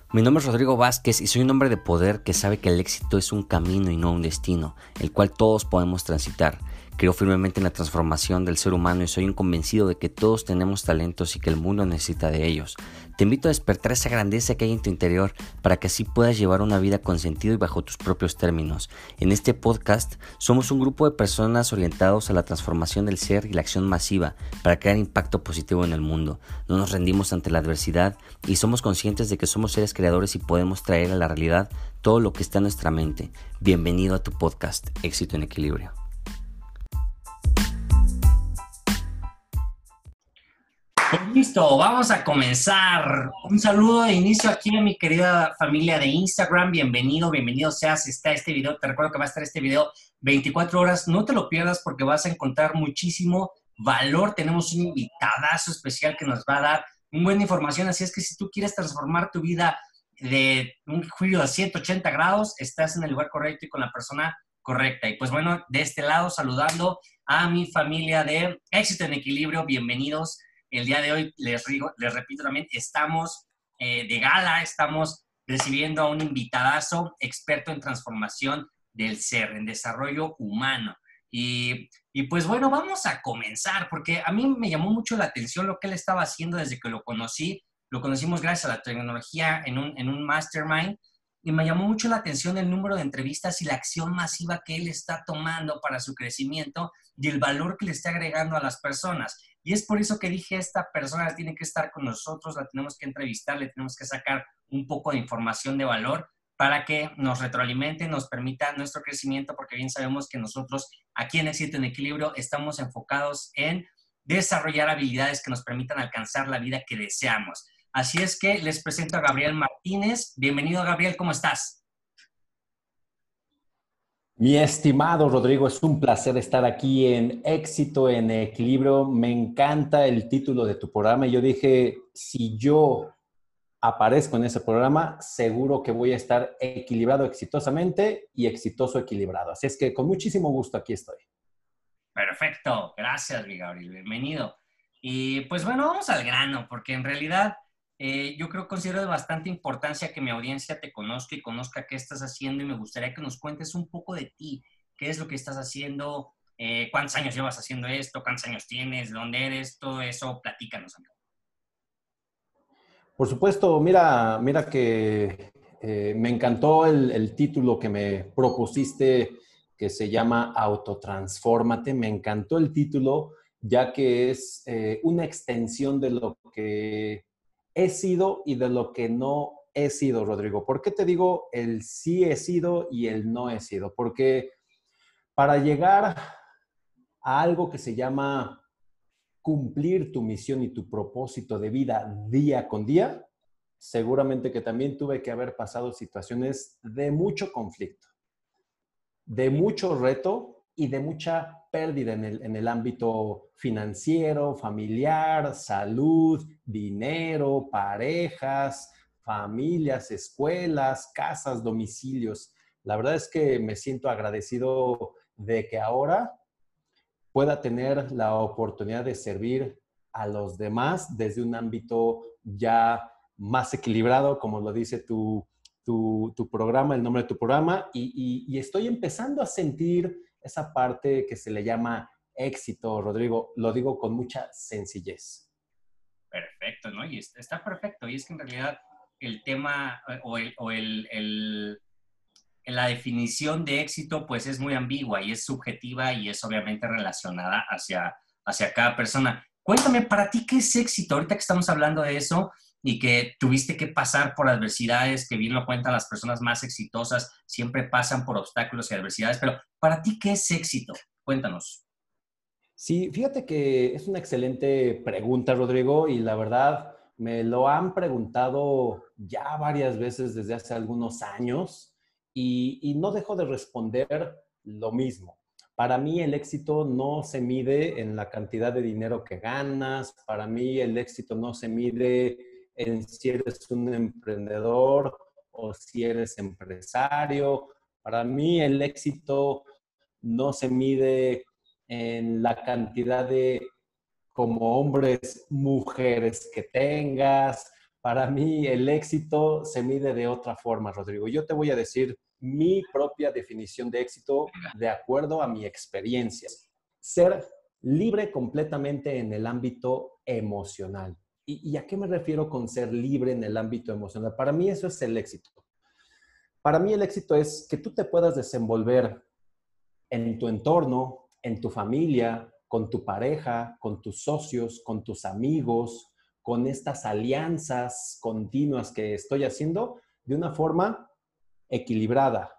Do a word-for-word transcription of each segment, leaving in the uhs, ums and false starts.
Mi nombre es Rodrigo Vázquez y soy un hombre de poder que sabe que el éxito es un camino y no un destino, el cual todos podemos transitar. Creo firmemente en la transformación del ser humano y soy un convencido de que todos tenemos talentos y que el mundo necesita de ellos. Te invito a despertar esa grandeza que hay en tu interior para que así puedas llevar una vida con sentido y bajo tus propios términos. En este podcast somos un grupo de personas orientados a la transformación del ser y la acción masiva para crear impacto positivo en el mundo. No nos rendimos ante la adversidad y somos conscientes de que somos seres creadores y podemos traer a la realidad todo lo que está en nuestra mente. Bienvenido a tu podcast, Éxito en Equilibrio. Pues listo, vamos a comenzar. Un saludo de inicio aquí a mi querida familia de Instagram. Bienvenido, bienvenido seas. Está este video, te recuerdo que va a estar este video veinticuatro horas. No te lo pierdas porque vas a encontrar muchísimo valor. Tenemos un invitadazo especial que nos va a dar muy buena información. Así es que si tú quieres transformar tu vida de un giro de ciento ochenta grados, estás en el lugar correcto y con la persona correcta. Y pues bueno, de este lado saludando a mi familia de Éxito en Equilibrio. Bienvenidos. El día de hoy, les, rigo, les repito también, estamos eh, de gala, estamos recibiendo a un invitadazo experto en transformación del ser, en desarrollo humano. Y, y pues bueno, vamos a comenzar, porque a mí me llamó mucho la atención lo que él estaba haciendo desde que lo conocí. Lo conocimos gracias a la tecnología en un, en un mastermind, y me llamó mucho la atención el número de entrevistas y la acción masiva que él está tomando para su crecimiento y el valor que le está agregando a las personas. Y es por eso que dije, esta persona tiene que estar con nosotros, la tenemos que entrevistar, le tenemos que sacar un poco de información de valor para que nos retroalimente, nos permita nuestro crecimiento, porque bien sabemos que nosotros aquí en Éxito en Equilibrio estamos enfocados en desarrollar habilidades que nos permitan alcanzar la vida que deseamos. Así es que les presento a Gabriel Martínez. Bienvenido, Gabriel, ¿cómo estás? Mi estimado Rodrigo, es un placer estar aquí en Éxito en Equilibrio. Me encanta el título de tu programa y yo dije, si yo aparezco en ese programa, seguro que voy a estar equilibrado exitosamente y exitoso equilibrado. Así es que con muchísimo gusto aquí estoy. Perfecto, gracias, mi Gabriel, bienvenido. Y pues bueno, vamos al grano, porque en realidad eh, yo creo, considero de bastante importancia que mi audiencia te conozca y conozca qué estás haciendo, y me gustaría que nos cuentes un poco de ti, qué es lo que estás haciendo, eh, cuántos años llevas haciendo esto, cuántos años tienes, dónde eres, todo eso, platícanos, amigo. Por supuesto, mira, mira que eh, me encantó el, el título que me propusiste, que se llama Autotransfórmate. Me encantó el título, ya que es eh, una extensión de lo que he sido y de lo que no he sido, Rodrigo. ¿Por qué te digo el sí he sido y el no he sido? Porque para llegar a algo que se llama cumplir tu misión y tu propósito de vida día con día, seguramente que también tuve que haber pasado situaciones de mucho conflicto, de mucho reto y de mucha pérdida en el, en el ámbito financiero, familiar, salud, dinero, parejas, familias, escuelas, casas, domicilios. La verdad es que me siento agradecido de que ahora pueda tener la oportunidad de servir a los demás desde un ámbito ya más equilibrado, como lo dice tu, tu, tu programa, el nombre de tu programa, y, y, y estoy empezando a sentir esa parte que se le llama éxito, Rodrigo. Lo digo con mucha sencillez. Perfecto, ¿no? Y está perfecto. Y es que en realidad el tema eh, o, el, o el, el la definición de éxito pues es muy ambigua y es subjetiva y es obviamente relacionada hacia, hacia cada persona. Cuéntame, para ti, ¿qué es éxito? Ahorita que estamos hablando de eso y que tuviste que pasar por adversidades, que bien lo cuentan las personas más exitosas, siempre pasan por obstáculos y adversidades, pero para ti, ¿qué es éxito? Cuéntanos. Sí, fíjate que es una excelente pregunta, Rodrigo, y la verdad me lo han preguntado ya varias veces desde hace algunos años y, y no dejo de responder lo mismo. Para mí el éxito no se mide en la cantidad de dinero que ganas, para mí el éxito no se mide en si eres un emprendedor o si eres empresario, para mí el éxito no se mide en la cantidad de como hombres, mujeres que tengas. para mí el éxito se mide de otra forma, Rodrigo. Yo te voy a decir mi propia definición de éxito de acuerdo a mi experiencia. Ser libre completamente en el ámbito emocional. ¿Y, y a qué me refiero con ser libre en el ámbito emocional? Para mí eso es el éxito. Para mí el éxito es que tú te puedas desenvolver en tu entorno, en tu familia, con tu pareja, con tus socios, con tus amigos, con estas alianzas continuas que estoy haciendo de una forma equilibrada,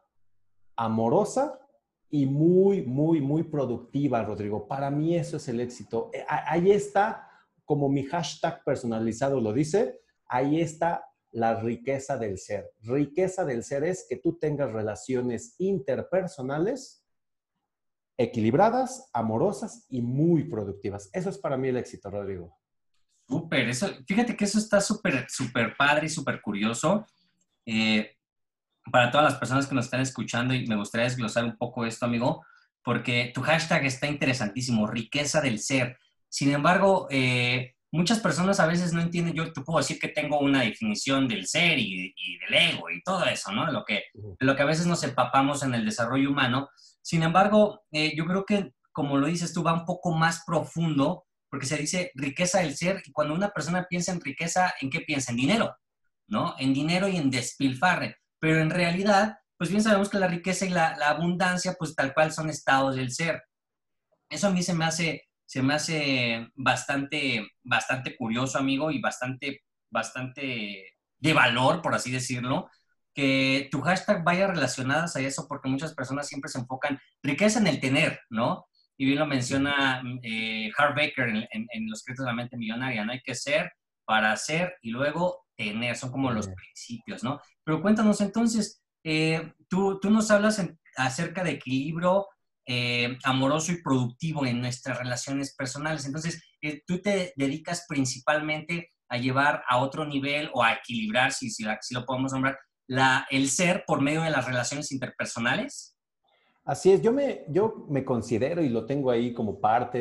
amorosa y muy, muy, muy productiva, Rodrigo. Para mí eso es el éxito. Ahí está, como mi hashtag personalizado lo dice, ahí está la riqueza del ser. Riqueza del ser es que tú tengas relaciones interpersonales equilibradas, amorosas y muy productivas. Eso es para mí el éxito, Rodrigo. Súper, eso, fíjate que eso está súper, súper padre y súper curioso. Eh, para todas las personas que nos están escuchando, y me gustaría desglosar un poco esto, amigo, porque tu hashtag está interesantísimo, riqueza del ser. Sin embargo, eh, muchas personas a veces no entienden, yo te puedo decir que tengo una definición del ser y, y del ego y todo eso, ¿no? Lo que, lo que a veces nos empapamos en el desarrollo humano. Sin embargo, eh, yo creo que, como lo dices tú, va un poco más profundo, porque se dice riqueza del ser, y cuando una persona piensa en riqueza, ¿en qué piensa? En dinero, ¿no? En dinero y en despilfarre. Pero en realidad, pues bien sabemos que la riqueza y la, la abundancia, pues tal cual son estados del ser. Eso a mí se me hace, se me hace bastante, bastante curioso, amigo, y bastante, bastante de valor, por así decirlo, que tu hashtag vaya relacionadas a eso, porque muchas personas siempre se enfocan riqueza en el tener, ¿no? Y bien lo menciona eh, Hart Baker en, en, en Los Secretos de la Mente Millonaria, ¿no? Hay que ser para hacer y luego tener, son como los principios, ¿no? Pero cuéntanos entonces, eh, tú, tú nos hablas en, acerca de equilibrio eh, amoroso y productivo en nuestras relaciones personales. Entonces, eh, tú te dedicas principalmente a llevar a otro nivel o a equilibrar, si, si, si lo podemos nombrar, la, el ser por medio de las relaciones interpersonales. Así es, yo me, yo me considero y lo tengo ahí como parte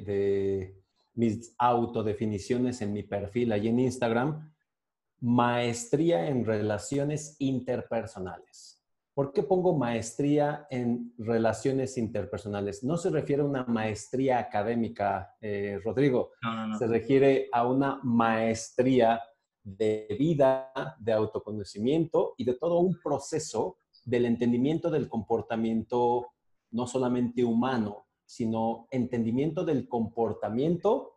de mis autodefiniciones en mi perfil ahí en Instagram, maestría en relaciones interpersonales. ¿Por qué pongo maestría en relaciones interpersonales? No se refiere a una maestría académica, eh, Rodrigo. No, no, no. Se refiere a una maestría de vida, de autoconocimiento y de todo un proceso del entendimiento del comportamiento no solamente humano, sino entendimiento del comportamiento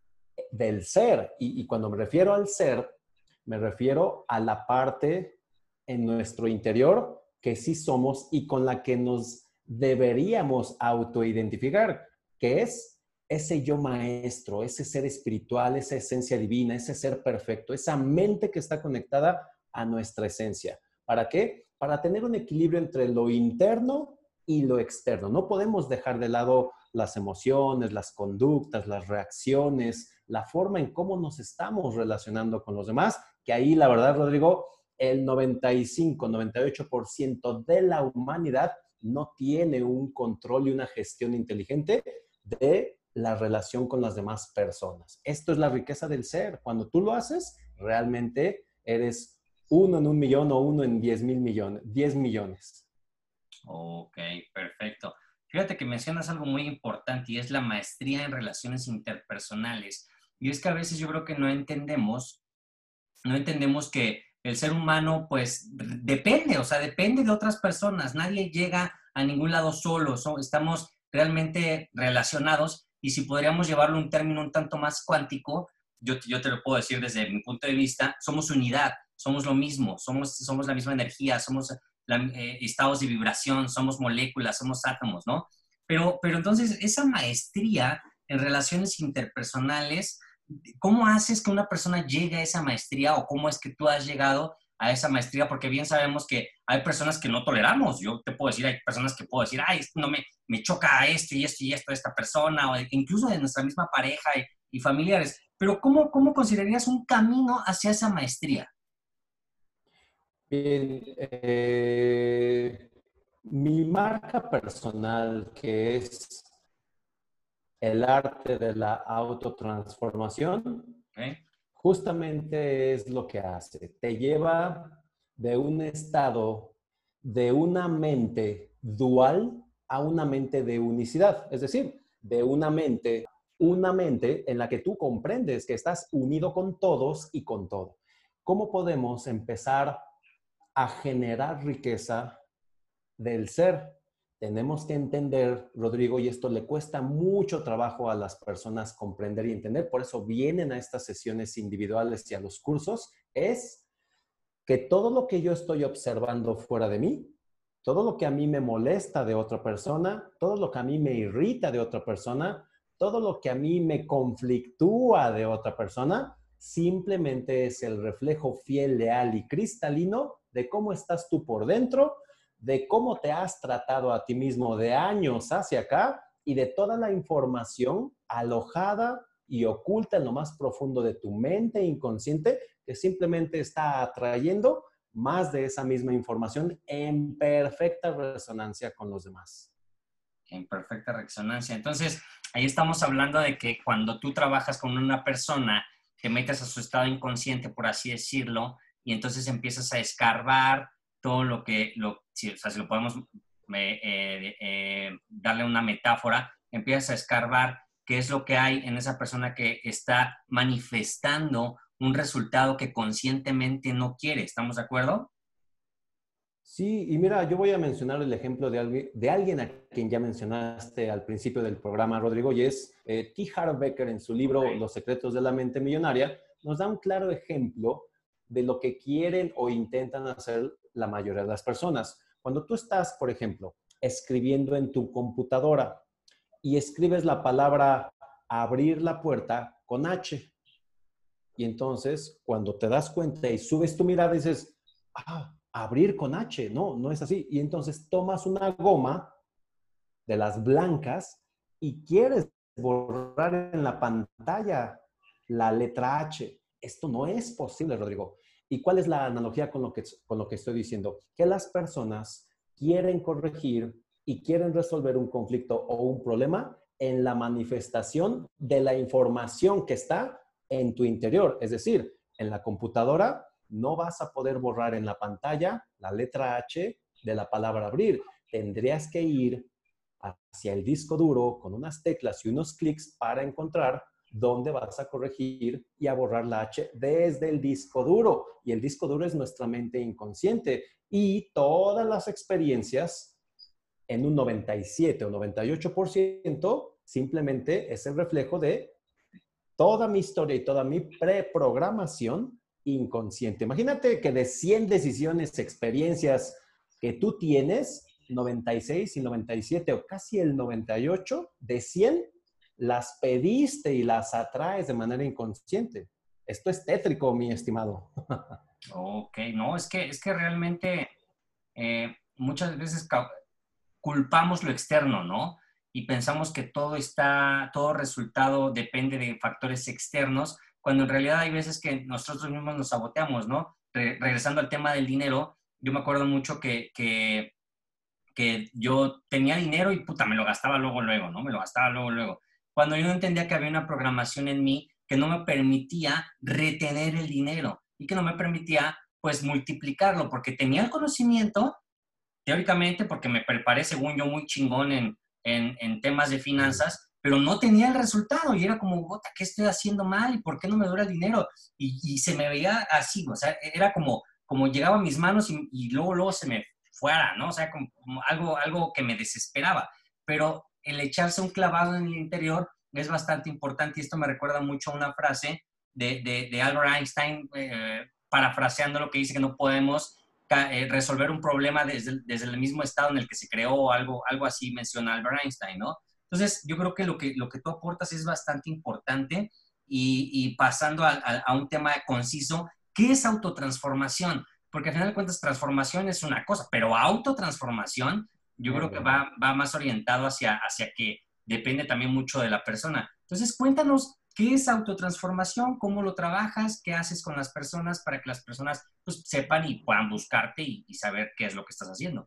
del ser. Y, y cuando me refiero al ser, me refiero a la parte en nuestro interior que sí somos y con la que nos deberíamos autoidentificar, que es ese yo maestro, ese ser espiritual, esa esencia divina, ese ser perfecto, esa mente que está conectada a nuestra esencia. ¿Para qué? Para tener un equilibrio entre lo interno y lo externo. No podemos dejar de lado las emociones, las conductas, las reacciones, la forma en cómo nos estamos relacionando con los demás, que ahí la verdad, Rodrigo, el noventa y cinco, noventa y ocho por ciento de la humanidad no tiene un control y una gestión inteligente de la relación con las demás personas. Esto es la riqueza del ser. Cuando tú lo haces, realmente eres uno en un millón o uno en diez mil millones, diez millones. Ok, perfecto. Fíjate que mencionas algo muy importante y es la maestría en relaciones interpersonales. Y es que a veces yo creo que no entendemos, no entendemos que el ser humano pues depende, o sea, depende de otras personas. Nadie llega a ningún lado solo, so, estamos realmente relacionados y si podríamos llevarlo a un término un tanto más cuántico, yo, yo te lo puedo decir desde mi punto de vista, somos unidad, somos lo mismo, somos, somos la misma energía, somos la, eh, estados de vibración, somos moléculas, somos átomos, ¿no? Pero, pero entonces esa maestría en relaciones interpersonales, ¿cómo haces que una persona llegue a esa maestría o cómo es que tú has llegado a esa maestría? Porque bien sabemos que hay personas que no toleramos. Yo te puedo decir, hay personas que puedo decir, ay, no me, me choca esto y esto y esto de esta persona, o incluso de nuestra misma pareja y, y familiares. Pero ¿cómo, cómo considerarías un camino hacia esa maestría? Bien, eh, mi marca personal, que es el arte de la autotransformación, ¿Okay? justamente es lo que hace. Te lleva de un estado, de una mente dual a una mente de unicidad. Es decir, de una mente, una mente en la que tú comprendes que estás unido con todos y con todo. ¿Cómo podemos empezar a generar riqueza del ser? Tenemos que entender, Rodrigo, y esto le cuesta mucho trabajo a las personas comprender y entender, por eso vienen a estas sesiones individuales y a los cursos, es que todo lo que yo estoy observando fuera de mí, todo lo que a mí me molesta de otra persona, todo lo que a mí me irrita de otra persona, todo lo que a mí me conflictúa de otra persona, simplemente es el reflejo fiel, leal y cristalino de cómo estás tú por dentro, de cómo te has tratado a ti mismo de años hacia acá y de toda la información alojada y oculta en lo más profundo de tu mente inconsciente que simplemente está atrayendo más de esa misma información en perfecta resonancia con los demás. En perfecta resonancia. Entonces, ahí estamos hablando de que cuando tú trabajas con una persona, te metes a su estado inconsciente, por así decirlo, y entonces empiezas a escarbar todo lo que, lo, si, o sea, si lo podemos eh, eh, eh, darle una metáfora, empiezas a escarbar qué es lo que hay en esa persona que está manifestando un resultado que conscientemente no quiere. ¿Estamos de acuerdo? Sí, y mira, yo voy a mencionar el ejemplo de alguien, de alguien a quien ya mencionaste al principio del programa, Rodrigo, y es eh, T. Harv Eker en su libro Okay. Los secretos de la mente millonaria, nos da un claro ejemplo de lo que quieren o intentan hacer la mayoría de las personas. Cuando tú estás, por ejemplo, escribiendo en tu computadora y escribes la palabra abrir la puerta con H, y entonces cuando te das cuenta y subes tu mirada dices, ah, abrir con H, no, no es así. Y entonces tomas una goma de las blancas y quieres borrar en la pantalla la letra H. Esto no es posible, Rodrigo. ¿Y cuál es la analogía con lo que, con lo que estoy diciendo? Que las personas quieren corregir y quieren resolver un conflicto o un problema en la manifestación de la información que está en tu interior. Es decir, en la computadora no vas a poder borrar en la pantalla la letra H de la palabra abrir. Tendrías que ir hacia el disco duro con unas teclas y unos clics para encontrar dónde vas a corregir y a borrar la H desde el disco duro. Y el disco duro es nuestra mente inconsciente. Y todas las experiencias, en un noventa y siete o noventa y ocho por ciento, simplemente es el reflejo de toda mi historia y toda mi preprogramación inconsciente. Imagínate que de cien decisiones, experiencias que tú tienes, noventa y seis y noventa y siete o casi el noventa y ocho de cien las pediste y las atraes de manera inconsciente. Esto es tétrico, mi estimado. Ok, no, es que, es que realmente eh, muchas veces culpamos lo externo, ¿no? Y pensamos que todo está, todo resultado depende de factores externos, cuando en realidad hay veces que nosotros mismos nos saboteamos, ¿no? Re regresando al tema del dinero, yo me acuerdo mucho que, que, que yo tenía dinero y puta, me lo gastaba luego, luego, ¿no? Me lo gastaba luego, luego. Cuando yo no entendía que había una programación en mí que no me permitía retener el dinero y que no me permitía, pues, multiplicarlo, porque tenía el conocimiento, teóricamente, porque me preparé, según yo, muy chingón en, en, en temas de finanzas, pero no tenía el resultado y era como, gota, ¿qué estoy haciendo mal? ¿Y por qué no me dura el dinero? Y, y se me veía así, o sea, era como, como llegaba a mis manos y, y luego, luego se me fuera, ¿no? O sea, como, como algo, algo que me desesperaba. Pero el echarse un clavado en el interior es bastante importante y esto me recuerda mucho a una frase de, de, de Albert Einstein, eh, parafraseando lo que dice que no podemos eh, resolver un problema desde, desde el mismo estado en el que se creó o algo, algo así menciona Albert Einstein, ¿no? Entonces, yo creo que lo que, lo que tú aportas es bastante importante y, y pasando a, a, a un tema conciso, ¿qué es autotransformación? Porque al final de cuentas, transformación es una cosa, pero autotransformación yo creo que va, va más orientado hacia, hacia que depende también mucho de la persona. Entonces, cuéntanos qué es autotransformación, cómo lo trabajas, qué haces con las personas para que las personas pues, sepan y puedan buscarte y, y saber qué es lo que estás haciendo.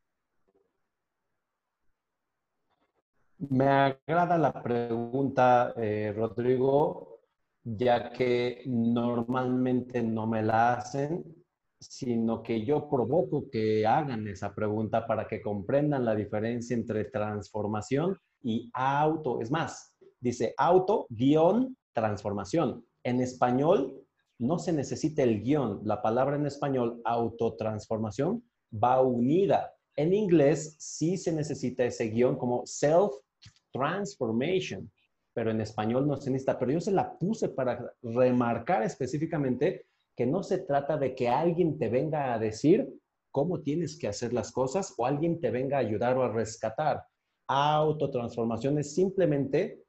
Me agrada la pregunta, eh, Rodrigo. ya que normalmente no me la hacen, sino que yo provoco que hagan esa pregunta para que comprendan la diferencia entre transformación y auto. Es más, dice auto, guión, transformación. En español no se necesita el guión. La palabra en español, autotransformación, va unida. En inglés sí se necesita ese guión como self-transformation, pero en español no se necesita. Pero yo se la puse para remarcar específicamente que no se trata de que alguien te venga a decir cómo tienes que hacer las cosas o alguien te venga a ayudar o a rescatar. Autotransformación es simplemente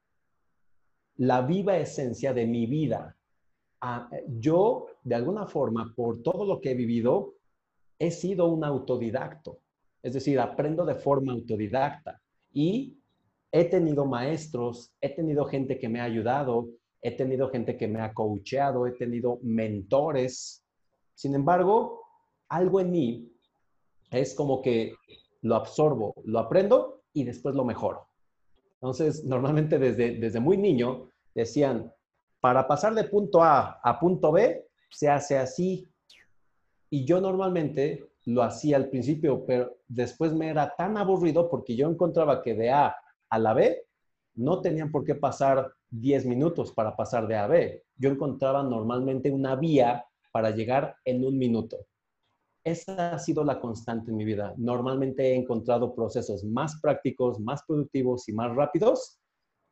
la viva esencia de mi vida. Ah, yo, de alguna forma, por todo lo que he vivido, he sido un autodidacto. Es decir, aprendo de forma autodidacta y he tenido maestros, he tenido gente que me ha ayudado, he tenido gente que me ha coacheado, he tenido mentores. Sin embargo, algo en mí es como que lo absorbo, lo aprendo y después lo mejoro. Entonces, normalmente desde, desde muy niño decían, para pasar de punto A a punto B, se hace así. Y yo normalmente lo hacía al principio, pero después me era tan aburrido porque yo encontraba que de A a la B no tenían por qué pasar diez minutos para pasar de A a B. Yo encontraba normalmente una vía para llegar en un minuto. Esa ha sido la constante en mi vida. Normalmente he encontrado procesos más prácticos, más productivos y más rápidos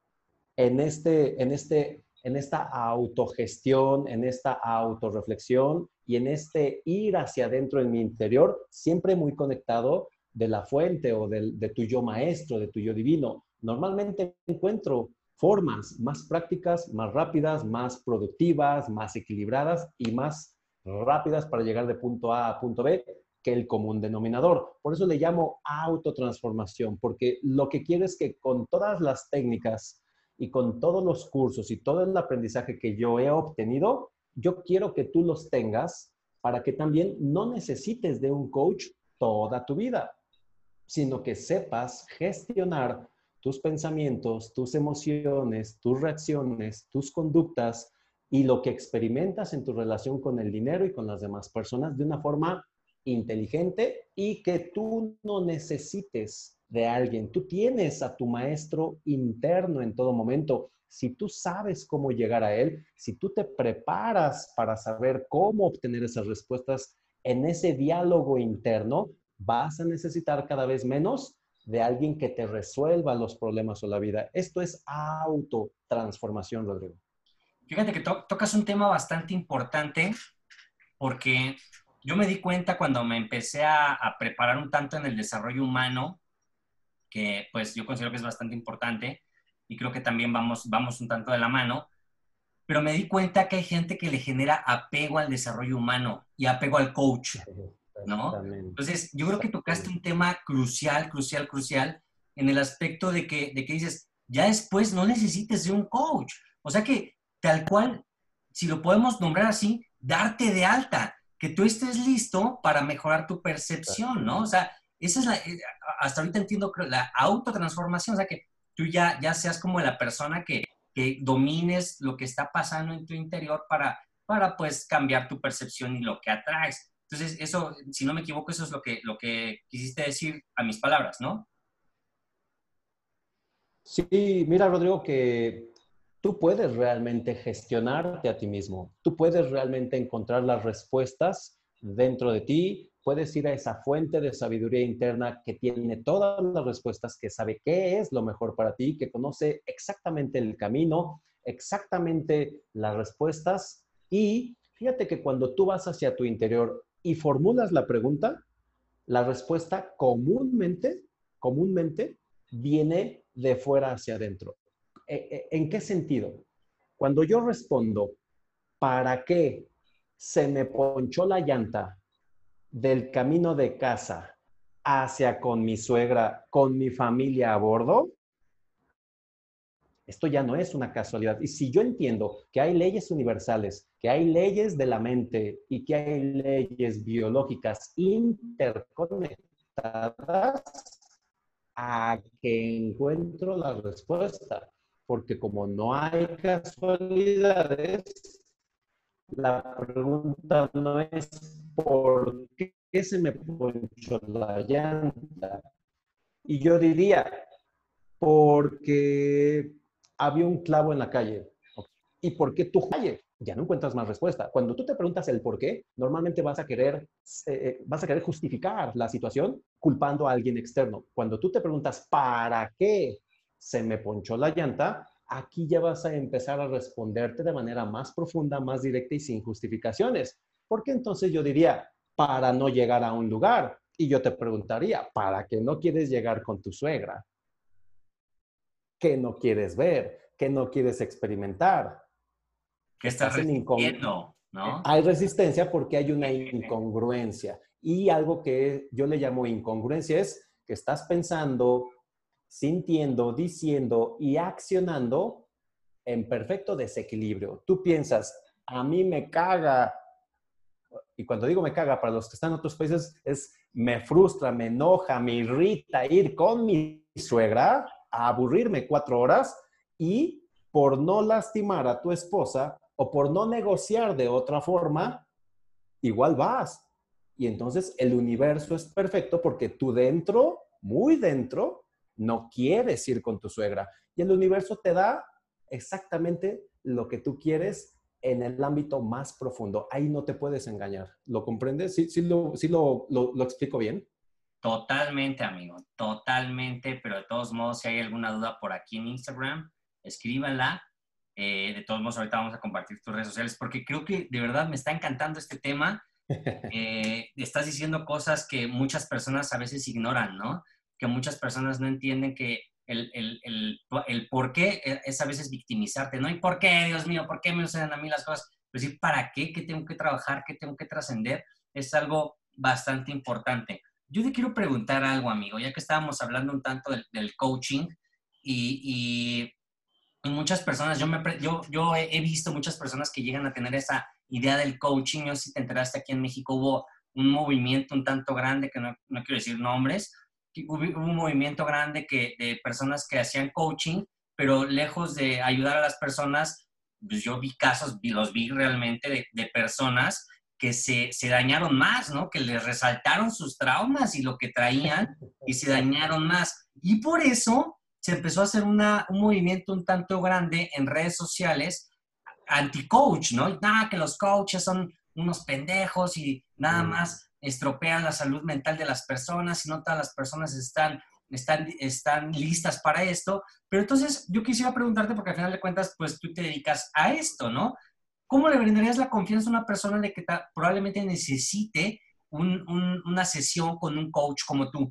en, este, en, este, en esta autogestión, en esta autorreflexión y en este ir hacia adentro en mi interior, siempre muy conectado de la fuente o de, de tu yo maestro, de tu yo divino. Normalmente encuentro formas más prácticas, más rápidas, más productivas, más equilibradas y más rápidas para llegar de punto A a punto B que el común denominador. Por eso le llamo autotransformación, porque lo que quiero es que con todas las técnicas y con todos los cursos y todo el aprendizaje que yo he obtenido, yo quiero que tú los tengas para que también no necesites de un coach toda tu vida, sino que sepas gestionar tus pensamientos, tus emociones, tus reacciones, tus conductas y lo que experimentas en tu relación con el dinero y con las demás personas de una forma inteligente y que tú no necesites de alguien. Tú tienes a tu maestro interno en todo momento. Si tú sabes cómo llegar a él, si tú te preparas para saber cómo obtener esas respuestas en ese diálogo interno, vas a necesitar cada vez menos de alguien que te resuelva los problemas o la vida. Esto es autotransformación, Rodrigo. Fíjate que to tocas un tema bastante importante porque yo me di cuenta cuando me empecé a, a preparar un tanto en el desarrollo humano, que pues yo considero que es bastante importante y creo que también vamos, vamos un tanto de la mano, pero me di cuenta que hay gente que le genera apego al desarrollo humano y apego al coach, ¿no? Entonces, yo creo que tocaste un tema crucial, crucial, crucial en el aspecto de que, de que dices, ya después no necesites de un coach. O sea que tal cual, si lo podemos nombrar así, darte de alta, que tú estés listo para mejorar tu percepción, ¿no? O sea, esa es la, hasta ahorita entiendo la autotransformación, o sea, que tú ya, ya seas como la persona que, que domines lo que está pasando en tu interior para, para, pues, cambiar tu percepción y lo que atraes. Entonces, eso, si no me equivoco, eso es lo que, lo que quisiste decir a mis palabras, ¿no? Sí, mira, Rodrigo, que tú puedes realmente gestionarte a ti mismo. Tú puedes realmente encontrar las respuestas dentro de ti. Puedes ir a esa fuente de sabiduría interna que tiene todas las respuestas, que sabe qué es lo mejor para ti, que conoce exactamente el camino, exactamente las respuestas. Y fíjate que cuando tú vas hacia tu interior y formulas la pregunta, la respuesta comúnmente, comúnmente viene de fuera hacia adentro. ¿En qué sentido? Cuando yo respondo, ¿para qué se me ponchó la llanta del camino de casa hacia con mi suegra, con mi familia a bordo? Esto ya no es una casualidad. Y si yo entiendo que hay leyes universales, que hay leyes de la mente y que hay leyes biológicas interconectadas, a que encuentro la respuesta. porque como no hay casualidades, la pregunta no es ¿por qué se me ponchó la llanta? Y yo diría, porque había un clavo en la calle. ¿Y por qué tu calle? Ya no encuentras más respuesta. Cuando tú te preguntas el por qué, normalmente vas a querer, eh, vas a querer justificar la situación culpando a alguien externo. Cuando tú te preguntas para qué se me ponchó la llanta, aquí ya vas a empezar a responderte de manera más profunda, más directa y sin justificaciones. Porque entonces yo diría, para no llegar a un lugar. Y yo te preguntaría, ¿para qué no quieres llegar con tu suegra? ¿Qué no quieres ver? ¿Qué no quieres experimentar? ¿Qué estás Estás en incon... resistiendo, no? Hay resistencia porque hay una incongruencia. Y algo que yo le llamo incongruencia es que estás pensando, sintiendo, diciendo y accionando en perfecto desequilibrio. Tú piensas, a mí me caga, y cuando digo me caga, para los que están en otros países, es me frustra, me enoja, me irrita ir con mi suegra a aburrirme cuatro horas y por no lastimar a tu esposa o por no negociar de otra forma, igual vas. Y entonces el universo es perfecto porque tú dentro, muy dentro, no quieres ir con tu suegra. Y el universo te da exactamente lo que tú quieres en el ámbito más profundo. Ahí no te puedes engañar. ¿Lo comprendes? ¿Sí, sí, lo, sí lo, lo, lo explico bien? Totalmente, amigo, totalmente, pero de todos modos, si hay alguna duda por aquí en Instagram, escríbanla. Eh, de todos modos, ahorita vamos a compartir tus redes sociales porque creo que de verdad me está encantando este tema. Eh, estás diciendo cosas que muchas personas a veces ignoran, ¿no? Que muchas personas no entienden que el, el, el, el por qué es a veces victimizarte, ¿no? ¿Y por qué, Dios mío? ¿Por qué me suceden a mí las cosas? Pues sí, ¿para qué? ¿Qué tengo que trabajar? ¿Qué tengo que trascender? Es algo bastante importante. Yo te quiero preguntar algo, amigo, ya que estábamos hablando un tanto del, del coaching y, y y muchas personas, yo, me, yo, yo he, he visto muchas personas que llegan a tener esa idea del coaching. Yo, si te enteraste, aquí en México hubo un movimiento un tanto grande, que no, no quiero decir nombres, que hubo, hubo un movimiento grande que, de personas que hacían coaching, pero lejos de ayudar a las personas, pues yo vi casos, vi, los vi realmente de, de personas que se, se dañaron más, ¿no? Que les resaltaron sus traumas y lo que traían y se dañaron más. Y por eso se empezó a hacer una, un movimiento un tanto grande en redes sociales anti-coach, ¿no? Y nada, que los coaches son unos pendejos y nada Mm. más estropean la salud mental de las personas y no todas las personas están, están, están listas para esto. Pero entonces yo quisiera preguntarte, porque al final de cuentas, pues tú te dedicas a esto, ¿no? ¿Cómo le brindarías la confianza a una persona de que ta, probablemente necesite un, un, una sesión con un coach como tú?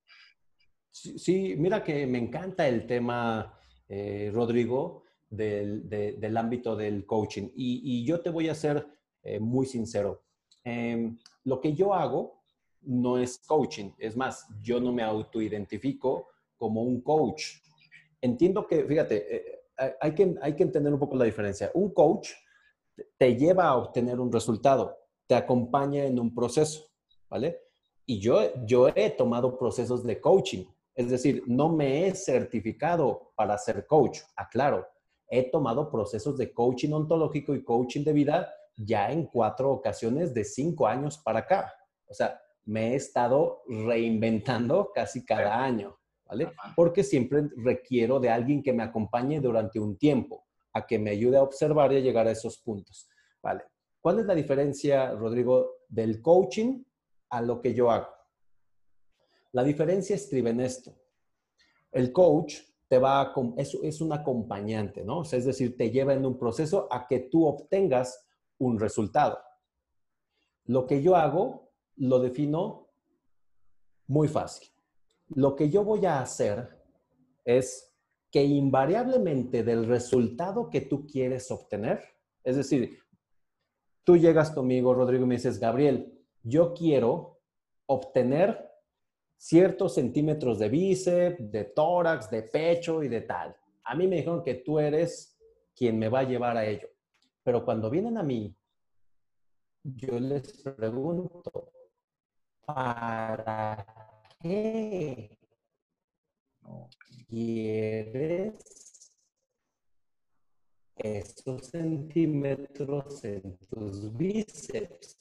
Sí, sí, mira que me encanta el tema, eh, Rodrigo, del, de, del ámbito del coaching. Y, y, yo te voy a ser eh, muy sincero. Eh, lo que yo hago no es coaching. Es más, yo no me autoidentifico como un coach. Entiendo que, fíjate, eh, hay, que, hay que entender un poco la diferencia. Un coach te lleva a obtener un resultado, te acompaña en un proceso, ¿vale? Y yo, yo he tomado procesos de coaching, es decir, no me he certificado para ser coach, aclaro. He tomado procesos de coaching ontológico y coaching de vida ya en cuatro ocasiones de cinco años para acá. O sea, me he estado reinventando casi cada año, ¿vale? Porque siempre requiero de alguien que me acompañe durante un tiempo, a que me ayude a observar y a llegar a esos puntos, ¿vale? ¿Cuál es la diferencia, Rodrigo, del coaching a lo que yo hago? La diferencia estriba en esto. El coach te va a, es, es un acompañante, ¿no? O sea, es decir, te lleva en un proceso a que tú obtengas un resultado. Lo que yo hago lo defino muy fácil. Lo que yo voy a hacer es que invariablemente del resultado que tú quieres obtener, es decir, tú llegas conmigo, Rodrigo, y me dices, Gabriel, yo quiero obtener ciertos centímetros de bíceps, de tórax, de pecho y de tal. A mí me dijeron que tú eres quien me va a llevar a ello. Pero cuando vienen a mí, yo les pregunto, ¿para qué quieres esos centímetros en tus bíceps.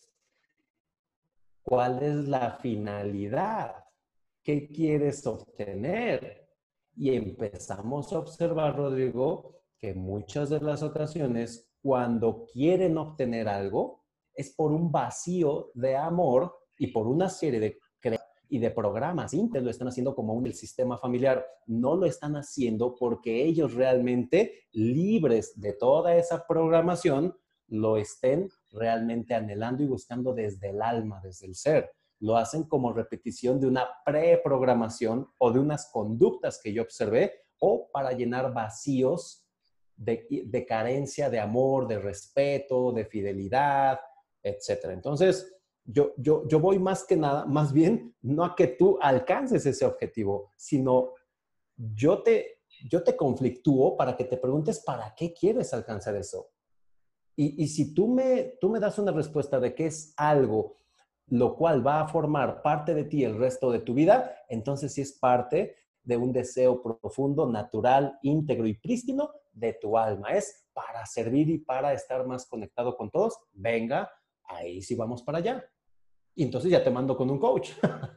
¿Cuál es la finalidad? ¿Qué quieres obtener? Y empezamos a observar, Rodrigo, que muchas de las ocasiones, cuando quieren obtener algo, es por un vacío de amor y por una serie de y de programas. Intel lo están haciendo como un el sistema familiar. No lo están haciendo porque ellos realmente, libres de toda esa programación, lo estén realmente anhelando y buscando desde el alma, desde el ser. Lo hacen como repetición de una preprogramación o de unas conductas que yo observé o para llenar vacíos de, de carencia de amor, de respeto, de fidelidad, etcétera. Entonces, Yo, yo, yo voy más que nada, más bien, no a que tú alcances ese objetivo, sino yo te, yo te conflictúo para que te preguntes para qué quieres alcanzar eso. Y, y si tú me, tú me das una respuesta de que es algo lo cual va a formar parte de ti el resto de tu vida, entonces sí es parte de un deseo profundo, natural, íntegro y prístino de tu alma. Es para servir y para estar más conectado con todos. Venga, ahí sí vamos para allá. Y entonces ya te mando con un coach.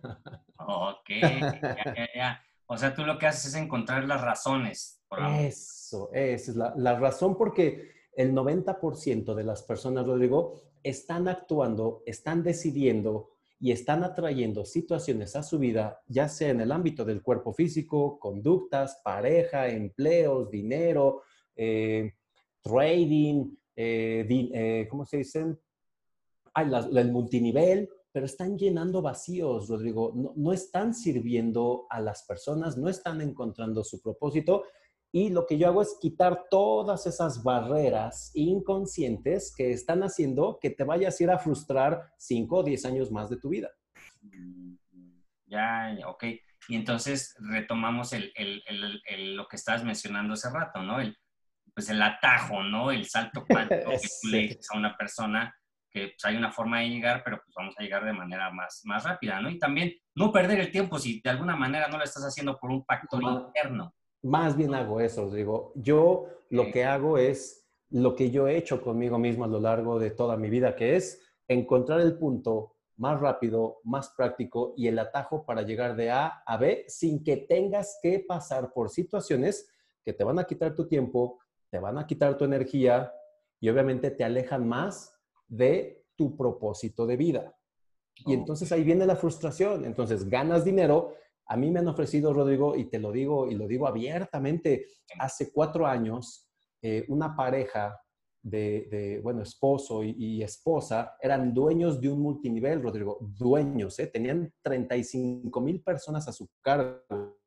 Ok, ya, ya, ya. O sea, tú lo que haces es encontrar las razones. Por la... Eso, esa es la, la razón porque el noventa por ciento de las personas, Rodrigo, están actuando, están decidiendo y están atrayendo situaciones a su vida, ya sea en el ámbito del cuerpo físico, conductas, pareja, empleos, dinero, eh, trading, eh, di, eh, ¿cómo se dicen? Ay, la, la, el multinivel, pero están llenando vacíos, Rodrigo. No, no están sirviendo a las personas, no están encontrando su propósito. Y lo que yo hago es quitar todas esas barreras inconscientes que están haciendo que te vayas a ir a frustrar cinco o diez años más de tu vida. Ya, ya, ok. Y entonces retomamos el, el, el, el, lo que estabas mencionando hace rato, ¿no? El, pues el atajo, ¿no? El salto cuántico que tú le dices a una persona que pues, hay una forma de llegar, pero pues vamos a llegar de manera más, más rápida, ¿no? Y también no perder el tiempo si de alguna manera no lo estás haciendo por un factor Más, interno. más bien hago eso, digo. Yo lo que hago es lo que yo he hecho conmigo mismo a lo largo de toda mi vida, que es encontrar el punto más rápido, más práctico y el atajo para llegar de A a B sin que tengas que pasar por situaciones que te van a quitar tu tiempo, te van a quitar tu energía y obviamente te alejan más de tu propósito de vida. Y entonces ahí viene la frustración. Entonces ganas dinero. A mí me han ofrecido, Rodrigo, y te lo digo, y lo digo abiertamente, hace cuatro años, eh, una pareja de, de, bueno, esposo y, y esposa eran dueños de un multinivel, Rodrigo, dueños, ¿eh? Tenían treinta y cinco mil personas a su cargo.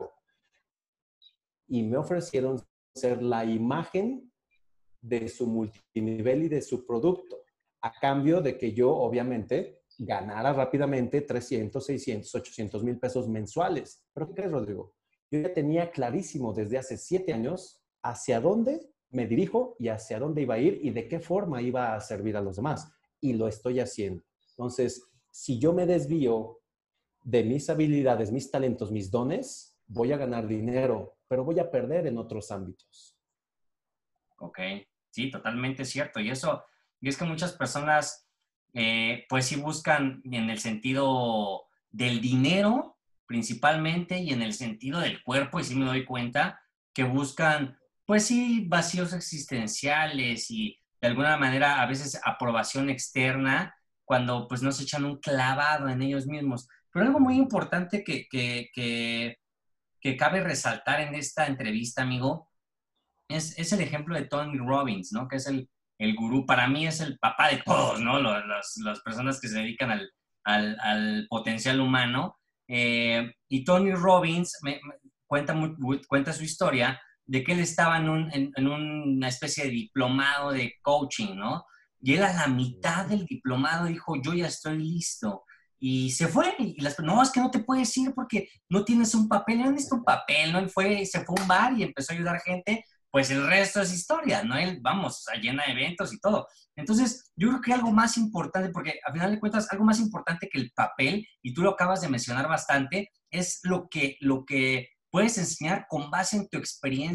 Y me ofrecieron ser la imagen de su multinivel y de su producto, a cambio de que yo, obviamente, ganara rápidamente trescientos, seiscientos, ochocientos mil pesos mensuales. ¿Pero qué crees, Rodrigo? Yo ya tenía clarísimo desde hace siete años hacia dónde me dirijo y hacia dónde iba a ir y de qué forma iba a servir a los demás. Y lo estoy haciendo. Entonces, si yo me desvío de mis habilidades, mis talentos, mis dones, voy a ganar dinero, pero voy a perder en otros ámbitos. Ok, sí, totalmente cierto. Y eso, y es que muchas personas, eh, pues sí buscan en el sentido del dinero, principalmente, y en el sentido del cuerpo, y sí me doy cuenta que buscan, pues sí, vacíos existenciales y de alguna manera a veces aprobación externa, cuando pues no se echan un clavado en ellos mismos. Pero algo muy importante que, que, que, que cabe resaltar en esta entrevista, amigo, es, es el ejemplo de Tony Robbins, ¿no? Que es el, el gurú, para mí es el papá de todos, ¿no? Los, los, las personas que se dedican al, al, al potencial humano. Eh, y Tony Robbins me, me cuenta, muy, cuenta su historia de que él estaba en, un, en, en una especie de diplomado de coaching, ¿no? Y él a la mitad del diplomado dijo, yo ya estoy listo. Y se fue, y las no, es que no te puedes ir porque no tienes un papel, no necesito un papel, ¿no? Él fue, se fue a un bar y empezó a ayudar gente, pues el resto es historia, ¿no? Él, vamos, o sea, llena de eventos y todo. Entonces, yo creo que algo más importante, porque al final de cuentas, algo más importante que el papel, y tú lo acabas de mencionar bastante, es lo que, lo que puedes enseñar con base en tu experiencia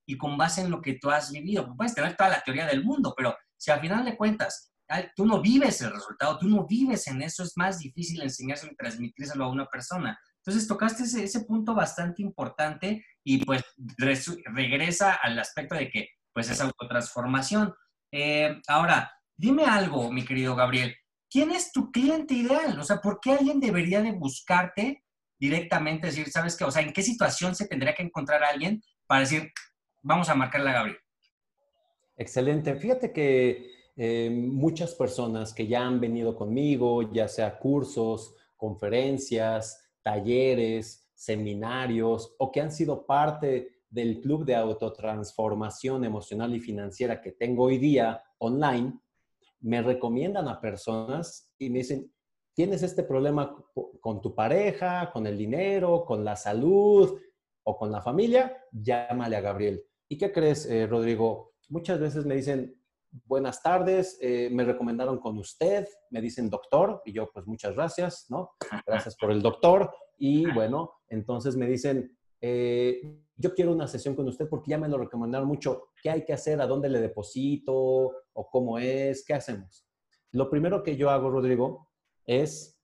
y con base en lo que tú has vivido. Puedes tener toda la teoría del mundo, pero si al final de cuentas tú no vives el resultado, tú no vives en eso, es más difícil enseñárselo y transmitírselo a una persona. Entonces tocaste ese, ese punto bastante importante y pues regresa al aspecto de que pues es autotransformación. Eh, ahora, dime algo, mi querido Gabriel, ¿quién es tu cliente ideal? O sea, ¿por qué alguien debería de buscarte directamente, decir, ¿sabes qué? O sea, ¿en qué situación se tendría que encontrar a alguien para decir, vamos a marcarle a Gabriel? Excelente. Fíjate que eh, muchas personas que ya han venido conmigo, ya sea cursos, conferencias, talleres, seminarios o que han sido parte del club de autotransformación emocional y financiera que tengo hoy día online, me recomiendan a personas y me dicen, ¿tienes este problema con tu pareja, con el dinero, con la salud o con la familia? Llámale a Gabriel. ¿Y qué crees, eh, Rodrigo? Muchas veces me dicen, buenas tardes, eh, me recomendaron con usted, me dicen doctor, y yo pues muchas gracias, ¿no? Gracias por el doctor. Y bueno, entonces me dicen, eh, yo quiero una sesión con usted porque ya me lo recomendaron mucho. ¿Qué hay que hacer? ¿A dónde le deposito? ¿O cómo es? ¿Qué hacemos? Lo primero que yo hago, Rodrigo, es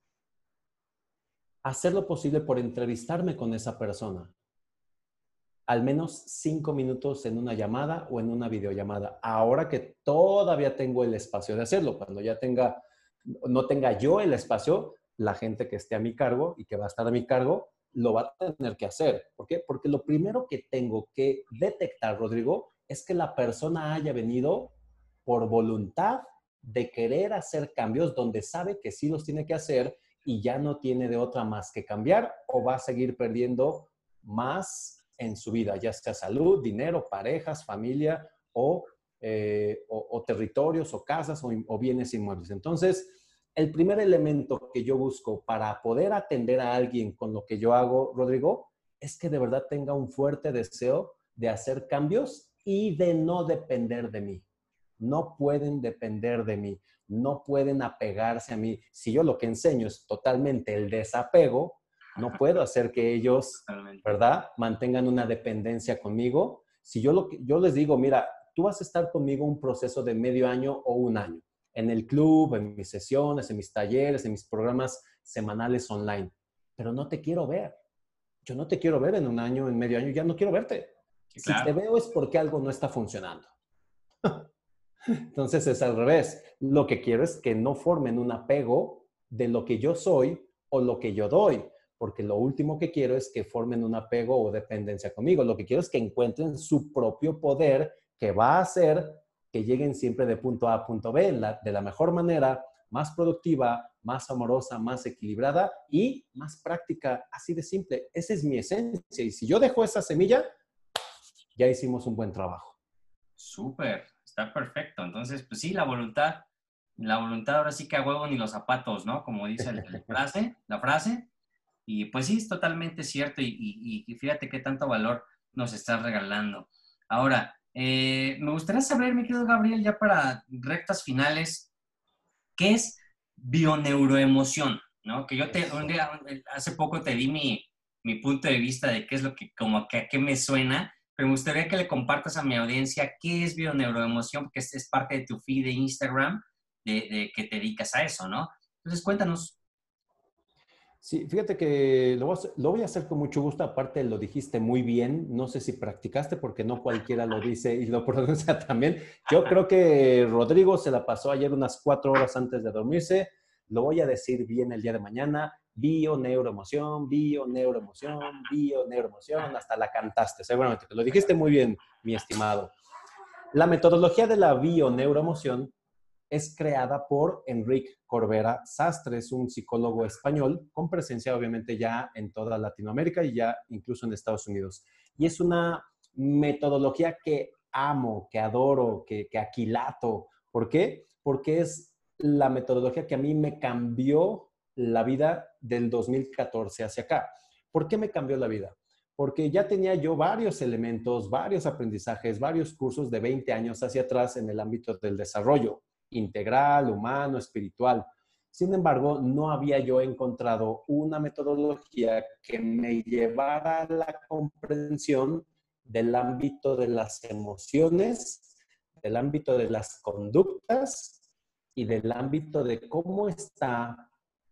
hacer lo posible por entrevistarme con esa persona. Al menos cinco minutos en una llamada o en una videollamada. Ahora que todavía tengo el espacio de hacerlo, cuando ya tenga, no tenga yo el espacio, la gente que esté a mi cargo y que va a estar a mi cargo, lo va a tener que hacer. ¿Por qué? Porque lo primero que tengo que detectar, Rodrigo, es que la persona haya venido por voluntad de querer hacer cambios donde sabe que sí los tiene que hacer y ya no tiene de otra más que cambiar o va a seguir perdiendo más en su vida, ya sea salud, dinero, parejas, familia o, eh, o, o territorios o casas o, o bienes inmuebles. Entonces, el primer elemento que yo busco para poder atender a alguien con lo que yo hago, Rodrigo, es que de verdad tenga un fuerte deseo de hacer cambios y de no depender de mí. No pueden depender de mí, no pueden apegarse a mí. Si yo lo que enseño es totalmente el desapego, no puedo hacer que ellos, ¿verdad?, mantengan una dependencia conmigo. Si yo, lo, yo les digo, mira, tú vas a estar conmigo un proceso de medio año o un año, en el club, en mis sesiones, en mis talleres, en mis programas semanales online, pero no te quiero ver. Yo no te quiero ver en un año, en medio año, ya no quiero verte. Sí, claro. Si te veo es porque algo no está funcionando. Entonces es al revés. Lo que quiero es que no formen un apego de lo que yo soy o lo que yo doy, porque lo último que quiero es que formen un apego o dependencia conmigo. Lo que quiero es que encuentren su propio poder que va a hacer que lleguen siempre de punto A a punto B la, de la mejor manera, más productiva, más amorosa, más equilibrada y más práctica. Así de simple. Esa es mi esencia. Y si yo dejo esa semilla, ya hicimos un buen trabajo. Súper. Está perfecto. Entonces, pues sí, la voluntad, la voluntad ahora sí que a huevo ni los zapatos, ¿no? Como dice el, el frase, la frase. Y pues sí, es totalmente cierto y, y, y fíjate qué tanto valor nos estás regalando. Ahora, eh, me gustaría saber, mi querido Gabriel, ya para rectas finales, ¿qué es bioneuroemoción? ¿No? Que yo te, un día, hace poco te di mi, mi punto de vista de qué es lo que, como que a qué me suena, pero me gustaría que le compartas a mi audiencia qué es bioneuroemoción, porque es, es parte de tu feed de Instagram, de, de que te dedicas a eso, ¿no? Entonces, cuéntanos. Sí, fíjate que lo voy, a hacer, lo voy a hacer con mucho gusto. Aparte, lo dijiste muy bien. No sé si practicaste porque no cualquiera lo dice y lo pronuncia también. Yo creo que Rodrigo se la pasó ayer unas cuatro horas antes de dormirse. Lo voy a decir bien el día de mañana. Bio, neuroemoción, bio, neuroemoción, bio, neuroemoción. Hasta la cantaste, seguramente. Lo dijiste muy bien, mi estimado. La metodología de la bio, neuroemoción es creada por Enric Corbera Sastre, es un psicólogo español con presencia obviamente ya en toda Latinoamérica y ya incluso en Estados Unidos. Y es una metodología que amo, que adoro, que, que aquilato. ¿Por qué? Porque es la metodología que a mí me cambió la vida del dos mil catorce hacia acá. ¿Por qué me cambió la vida? Porque ya tenía yo varios elementos, varios aprendizajes, varios cursos de veinte años hacia atrás en el ámbito del desarrollo integral, humano, espiritual. Sin embargo, no había yo encontrado una metodología que me llevara a la comprensión del ámbito de las emociones, del ámbito de las conductas y del ámbito de cómo está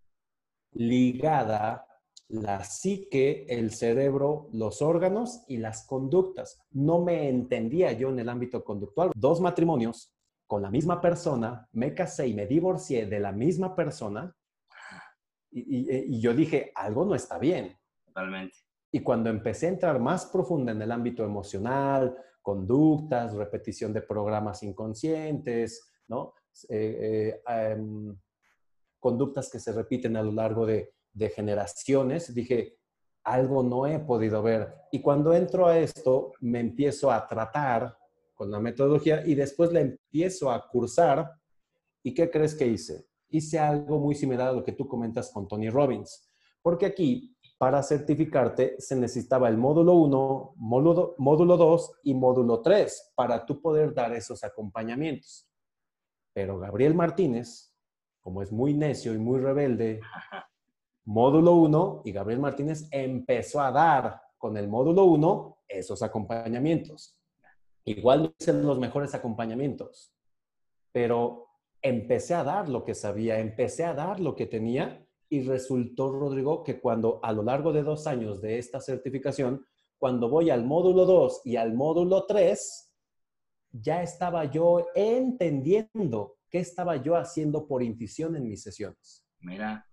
ligada la psique, el cerebro, los órganos y las conductas. No me entendía yo en el ámbito conductual. Dos matrimonios con la misma persona, me casé y me divorcié de la misma persona y, y, y yo dije, algo no está bien. Totalmente. Y cuando empecé a entrar más profunda en el ámbito emocional, conductas, repetición de programas inconscientes, ¿no? Eh, eh, um, conductas que se repiten a lo largo de, de generaciones, dije, algo no he podido ver. Y cuando entro a esto, me empiezo a tratar con la metodología y después la empiezo a cursar. ¿Y qué crees que hice? Hice algo muy similar a lo que tú comentas con Tony Robbins. Porque aquí, para certificarte, se necesitaba el módulo uno, módulo, módulo dos y módulo tres para tú poder dar esos acompañamientos. Pero Gabriel Martínez, como es muy necio y muy rebelde, módulo uno, y Gabriel Martínez empezó a dar con el módulo uno esos acompañamientos. Igual no hice los mejores acompañamientos, pero empecé a dar lo que sabía, empecé a dar lo que tenía y resultó, Rodrigo, que cuando a lo largo de dos años de esta certificación, cuando voy al módulo dos y al módulo tres, ya estaba yo entendiendo qué estaba yo haciendo por intuición en mis sesiones. Mira.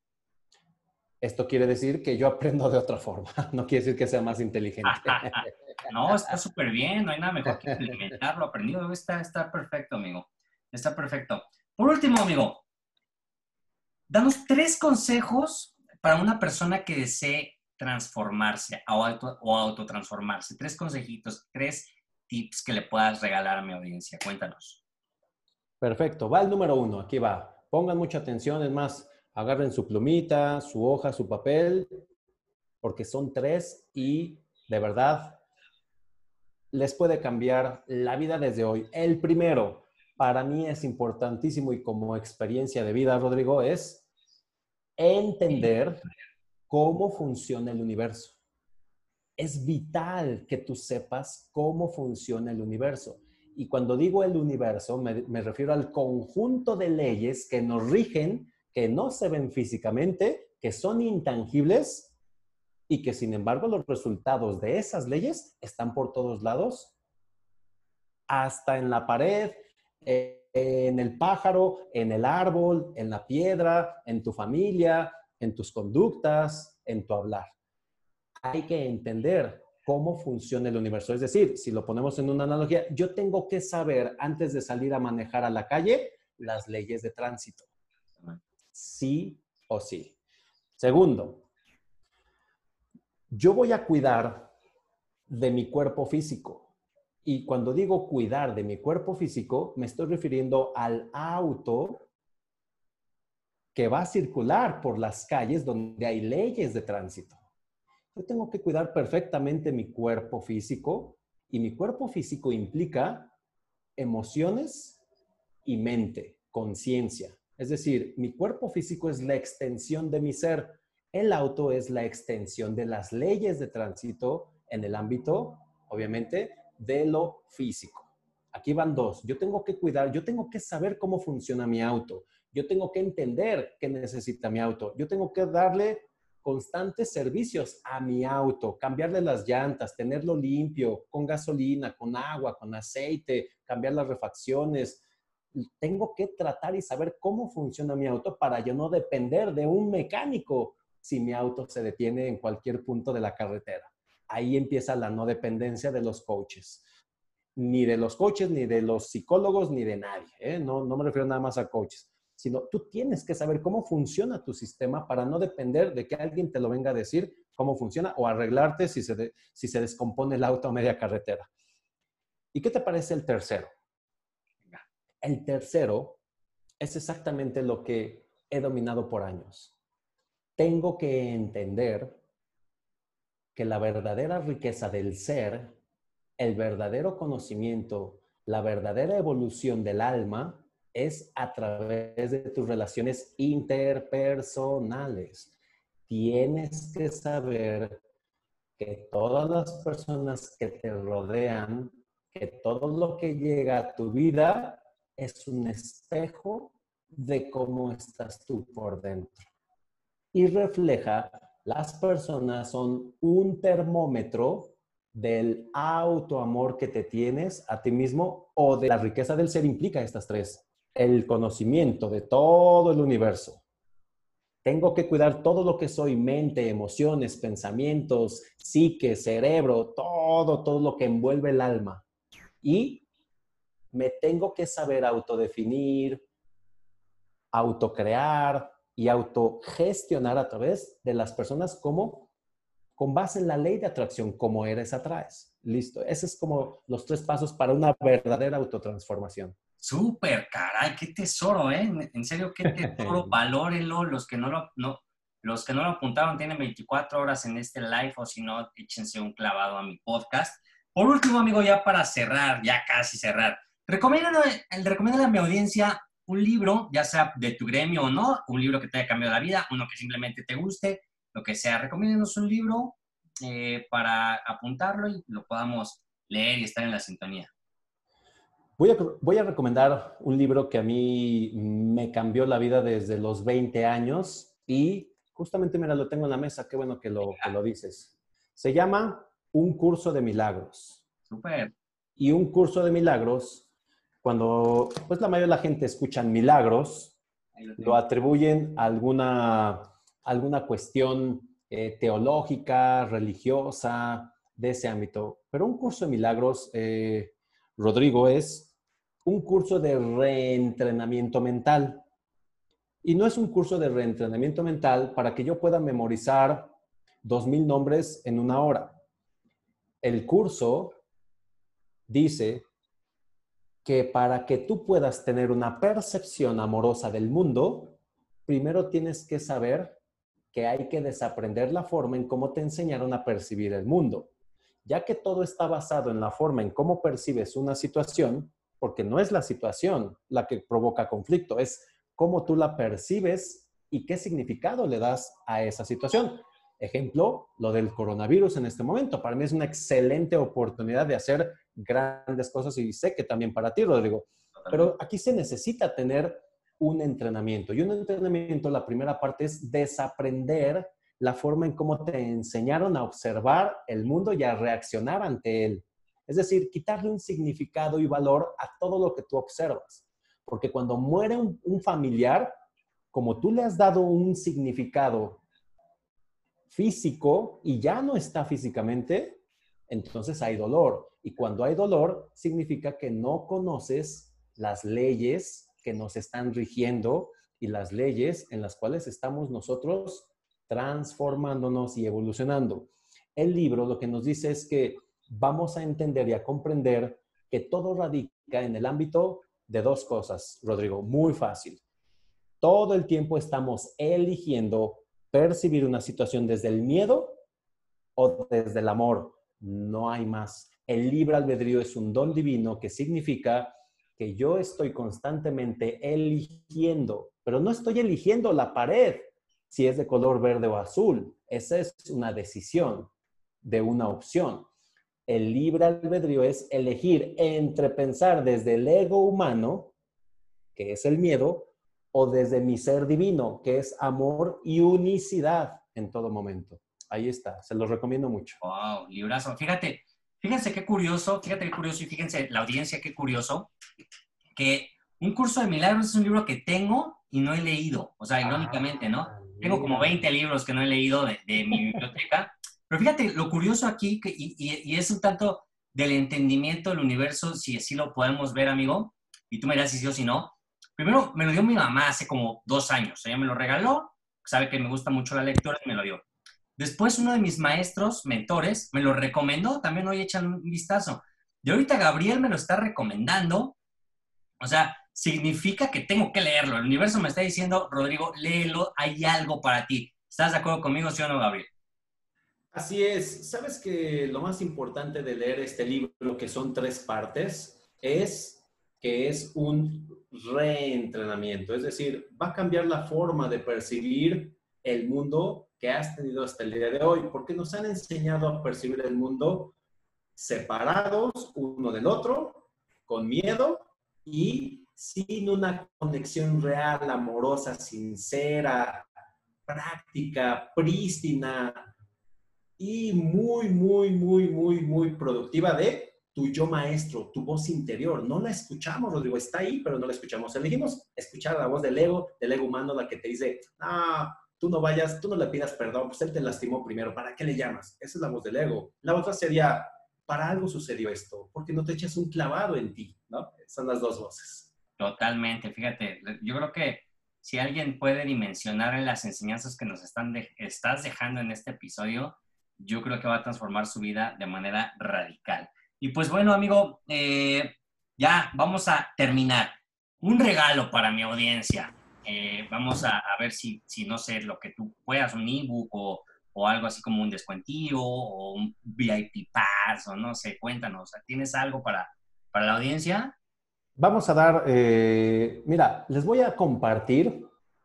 Esto quiere decir que yo aprendo de otra forma. No quiere decir que sea más inteligente. No, está súper bien. No hay nada mejor que implementarlo. Aprendido. Está, está perfecto, amigo. Está perfecto. Por último, amigo, danos tres consejos para una persona que desee transformarse o, auto, o autotransformarse. Tres consejitos, tres tips que le puedas regalar a mi audiencia. Cuéntanos. Perfecto. Va el número uno. Aquí va. Pongan mucha atención. Es más, agarren su plumita, su hoja, su papel, porque son tres y de verdad les puede cambiar la vida desde hoy. El primero, para mí es importantísimo y como experiencia de vida, Rodrigo, es entender cómo funciona el universo. Es vital que tú sepas cómo funciona el universo. Y cuando digo el universo, me, me refiero al conjunto de leyes que nos rigen, que no se ven físicamente, que son intangibles y que sin embargo los resultados de esas leyes están por todos lados, hasta en la pared, eh, en el pájaro, en el árbol, en la piedra, en tu familia, en tus conductas, en tu hablar. Hay que entender cómo funciona el universo. Es decir, si lo ponemos en una analogía, yo tengo que saber antes de salir a manejar a la calle las leyes de tránsito. Sí o sí. Segundo, yo voy a cuidar de mi cuerpo físico. Y cuando digo cuidar de mi cuerpo físico, me estoy refiriendo al auto que va a circular por las calles donde hay leyes de tránsito. Yo tengo que cuidar perfectamente mi cuerpo físico y mi cuerpo físico implica emociones y mente, conciencia. Es decir, mi cuerpo físico es la extensión de mi ser. El auto es la extensión de las leyes de tránsito en el ámbito, obviamente, de lo físico. Aquí van dos. Yo tengo que cuidar, yo tengo que saber cómo funciona mi auto. Yo tengo que entender qué necesita mi auto. Yo tengo que darle constantes servicios a mi auto, cambiarle las llantas, tenerlo limpio, con gasolina, con agua, con aceite, cambiar las refacciones. Tengo que tratar y saber cómo funciona mi auto para yo no depender de un mecánico si mi auto se detiene en cualquier punto de la carretera. Ahí empieza la no dependencia de los coaches. Ni de los coaches, ni de los psicólogos, ni de nadie. ¿eh? No, no me refiero nada más a coaches, sino tú tienes que saber cómo funciona tu sistema para no depender de que alguien te lo venga a decir cómo funciona o arreglarte si se, de, si se descompone el auto a media carretera. ¿Y qué te parece el tercero? El tercero es exactamente lo que he dominado por años. Tengo que entender que la verdadera riqueza del ser, el verdadero conocimiento, la verdadera evolución del alma es a través de tus relaciones interpersonales. Tienes que saber que todas las personas que te rodean, que todo lo que llega a tu vida es un espejo de cómo estás tú por dentro. Y refleja, las personas son un termómetro del autoamor que te tienes a ti mismo o de la riqueza del ser. Implica estas tres. El conocimiento de todo el universo. Tengo que cuidar todo lo que soy, mente, emociones, pensamientos, psique, cerebro, todo, todo lo que envuelve el alma. Y me tengo que saber autodefinir, autocrear y autogestionar a través de las personas como con base en la ley de atracción, como eres atraes. Listo. Ese es como los tres pasos para una verdadera autotransformación. Súper, caray, qué tesoro, ¿eh? En serio, qué tesoro, valórenlo. Los que no lo, no, los que no lo apuntaron tienen veinticuatro horas en este live, o si no, échense un clavado a mi podcast. Por último, amigo, ya para cerrar, ya casi cerrar, recomiéndale, recomiéndale a mi audiencia un libro, ya sea de tu gremio o no, un libro que te haya cambiado la vida, uno que simplemente te guste, lo que sea. Recomiéndanos un libro eh, para apuntarlo y lo podamos leer y estar en la sintonía. Voy a, voy a recomendar un libro que a mí me cambió la vida desde los veinte años y justamente, mira, lo tengo en la mesa, qué bueno que lo, que lo dices. Se llama Un curso de milagros. Súper. Y un curso de milagros, cuando pues la mayoría de la gente escucha milagros, lo, lo atribuyen a alguna, alguna cuestión eh, teológica, religiosa, de ese ámbito. Pero un curso de milagros, eh, Rodrigo, es un curso de reentrenamiento mental. Y no es un curso de reentrenamiento mental para que yo pueda memorizar dos mil nombres en una hora. El curso dice que para que tú puedas tener una percepción amorosa del mundo, primero tienes que saber que hay que desaprender la forma en cómo te enseñaron a percibir el mundo. Ya que todo está basado en la forma en cómo percibes una situación, porque no es la situación la que provoca conflicto, es cómo tú la percibes y qué significado le das a esa situación. Ejemplo, lo del coronavirus en este momento. Para mí es una excelente oportunidad de hacer grandes cosas y sé que también para ti, Rodrigo. Pero aquí se necesita tener un entrenamiento. Y un entrenamiento, la primera parte es desaprender la forma en cómo te enseñaron a observar el mundo y a reaccionar ante él. Es decir, quitarle un significado y valor a todo lo que tú observas. Porque cuando muere un, un familiar, como tú le has dado un significado físico y ya no está físicamente, entonces hay dolor. Y cuando hay dolor, significa que no conoces las leyes que nos están rigiendo y las leyes en las cuales estamos nosotros transformándonos y evolucionando. El libro lo que nos dice es que vamos a entender y a comprender que todo radica en el ámbito de dos cosas, Rodrigo, muy fácil. Todo el tiempo estamos eligiendo percibir una situación desde el miedo o desde el amor. No hay más. El libre albedrío es un don divino que significa que yo estoy constantemente eligiendo, pero no estoy eligiendo la pared si es de color verde o azul. Esa es una decisión de una opción. El libre albedrío es elegir entre pensar desde el ego humano, que es el miedo, o desde mi ser divino, que es amor y unicidad en todo momento. Ahí está, se los recomiendo mucho. Wow, librazo. Fíjate, fíjense qué curioso, fíjate qué curioso y fíjense la audiencia qué curioso, que Un curso de milagros es un libro que tengo y no he leído. O sea, irónicamente, ¿no? Ah, Tengo como veinte libros que no he leído de, de mi biblioteca. Pero fíjate, lo curioso aquí, que, y, y, y es un tanto del entendimiento del universo, si así lo podemos ver, amigo, y tú me dirás si sí o si no. Primero, me lo dio mi mamá hace como dos años. Ella me lo regaló, sabe que me gusta mucho la lectura y me lo dio. Después, uno de mis maestros, mentores, me lo recomendó. También hoy echan un vistazo. Y ahorita Gabriel me lo está recomendando. O sea, significa que tengo que leerlo. El universo me está diciendo, Rodrigo, léelo, hay algo para ti. ¿Estás de acuerdo conmigo, sí o no, Gabriel? Así es. ¿Sabes que lo más importante de leer este libro, que son tres partes, es que es un reentrenamiento? Es decir, va a cambiar la forma de percibir el mundo que has tenido hasta el día de hoy, porque nos han enseñado a percibir el mundo separados uno del otro, con miedo y sin una conexión real, amorosa, sincera, práctica, prístina y muy, muy, muy, muy, muy productiva de tu yo maestro, tu voz interior. No la escuchamos, Rodrigo, está ahí, pero no la escuchamos. Elegimos escuchar la voz del ego, del ego humano, la que te dice, ah, tú no vayas, tú no le pidas perdón, pues él te lastimó primero, ¿para qué le llamas? Esa es la voz del ego. La otra sería, para algo sucedió esto, porque no te echas un clavado en ti, ¿no? Son las dos voces. Totalmente, fíjate, yo creo que si alguien puede dimensionar en las enseñanzas que nos están de, estás dejando en este episodio, yo creo que va a transformar su vida de manera radical. Y pues bueno, amigo, eh, ya vamos a terminar. Un regalo para mi audiencia. Eh, vamos a, a ver si, si, no sé, lo que tú puedas, un ebook o, o algo así como un descuentillo o un V I P Pass o no sé, cuéntanos. ¿Tienes algo para, para la audiencia? Vamos a dar, eh, mira, les voy a compartir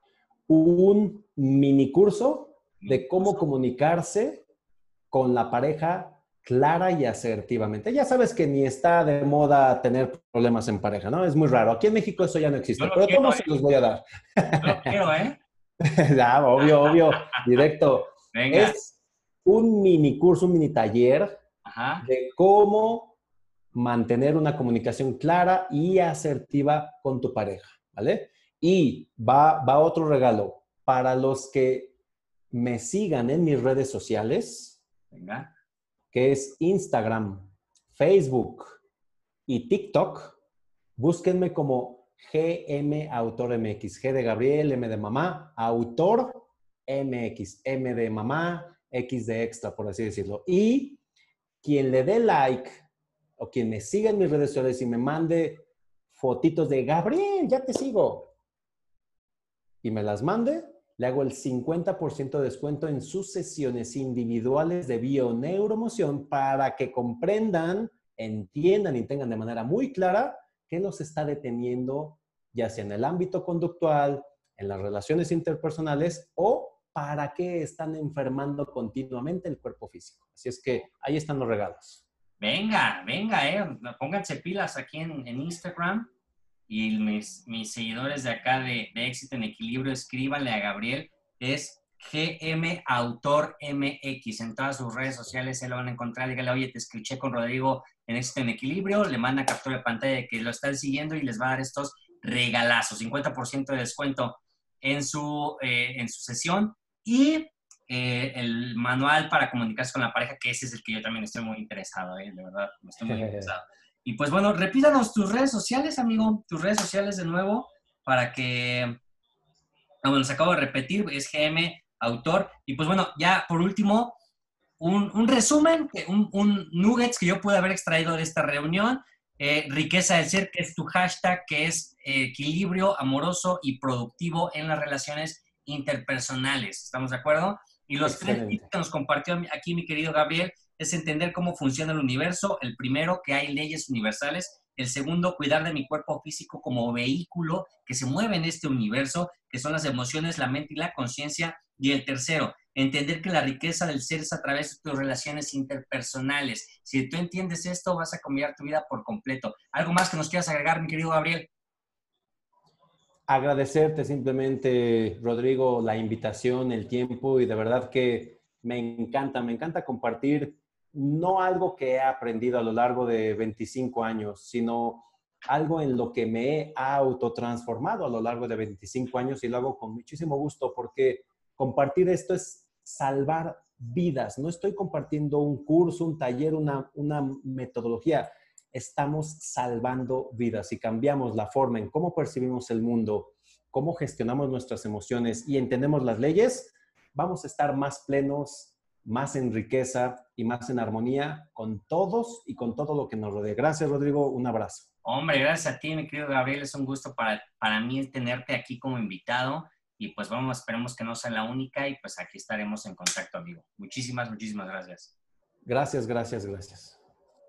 un mini curso de cómo comunicarse con la pareja clara y asertivamente. Ya sabes que ni está de moda tener problemas en pareja, ¿no? Es muy raro. Aquí en México eso ya no existe, Yo lo pero quiero, todos ¿eh? se los voy a dar. Yo lo quiero, ¿eh? Ya, obvio, obvio, directo. Venga. Es un mini curso, un mini taller Ajá. de cómo mantener una comunicación clara y asertiva con tu pareja, ¿vale? Y va, va otro regalo. Para los que me sigan en mis redes sociales, Venga. que es Instagram, Facebook y TikTok, búsquenme como G M Autor M X. G de Gabriel, M de mamá, Autor M X. M de mamá, X de extra, por así decirlo. Y quien le dé like o quien me siga en mis redes sociales y me mande fotitos de Gabriel, ya te sigo, y me las mande, le hago el cincuenta por ciento de descuento en sus sesiones individuales de bioneuromoción para que comprendan, entiendan y tengan de manera muy clara qué los está deteniendo, ya sea en el ámbito conductual, en las relaciones interpersonales o para qué están enfermando continuamente el cuerpo físico. Así es que ahí están los regalos. Venga, venga, eh. Pónganse pilas aquí en, en Instagram. Y mis, mis seguidores de acá de, de Éxito en Equilibrio, escríbanle a Gabriel, es G M Autor M X, en todas sus redes sociales se lo van a encontrar, dígale, oye, te escuché con Rodrigo en Éxito en Equilibrio, le manda captura de pantalla de que lo están siguiendo y les va a dar estos regalazos, cincuenta por ciento de descuento en su, eh, en su sesión y eh, el manual para comunicarse con la pareja, que ese es el que yo también estoy muy interesado, eh, de verdad, estoy muy interesado. Y pues bueno, repítanos tus redes sociales, amigo, tus redes sociales de nuevo, para que, como los acabo de repetir, es G M Autor. Y pues bueno, ya por último, un, un resumen, un, un nuggets que yo pude haber extraído de esta reunión. Eh, riqueza del ser, que es tu hashtag, que es eh, equilibrio amoroso y productivo en las relaciones interpersonales. ¿Estamos de acuerdo? Y los tres tips que nos compartió aquí mi querido Gabriel es entender cómo funciona el universo. El primero, que hay leyes universales. El segundo, cuidar de mi cuerpo físico como vehículo que se mueve en este universo, que son las emociones, la mente y la conciencia. Y el tercero, entender que la riqueza del ser es a través de tus relaciones interpersonales. Si tú entiendes esto, vas a cambiar tu vida por completo. ¿Algo más que nos quieras agregar, mi querido Gabriel? Agradecerte simplemente, Rodrigo, la invitación, el tiempo y de verdad que me encanta, me encanta compartir no algo que he aprendido a lo largo de veinticinco años, sino algo en lo que me he autotransformado a lo largo de veinticinco años y lo hago con muchísimo gusto porque compartir esto es salvar vidas. No estoy compartiendo un curso, un taller, una, una metodología. Estamos salvando vidas. Si cambiamos la forma en cómo percibimos el mundo, cómo gestionamos nuestras emociones y entendemos las leyes, vamos a estar más plenos, más en riqueza y más en armonía con todos y con todo lo que nos rodea. Gracias, Rodrigo. Un abrazo. Hombre, gracias a ti, mi querido Gabriel. Es un gusto para, para mí tenerte aquí como invitado. Y pues vamos, esperemos que no sea la única y pues aquí estaremos en contacto, amigo. Muchísimas, muchísimas gracias. Gracias, gracias, gracias.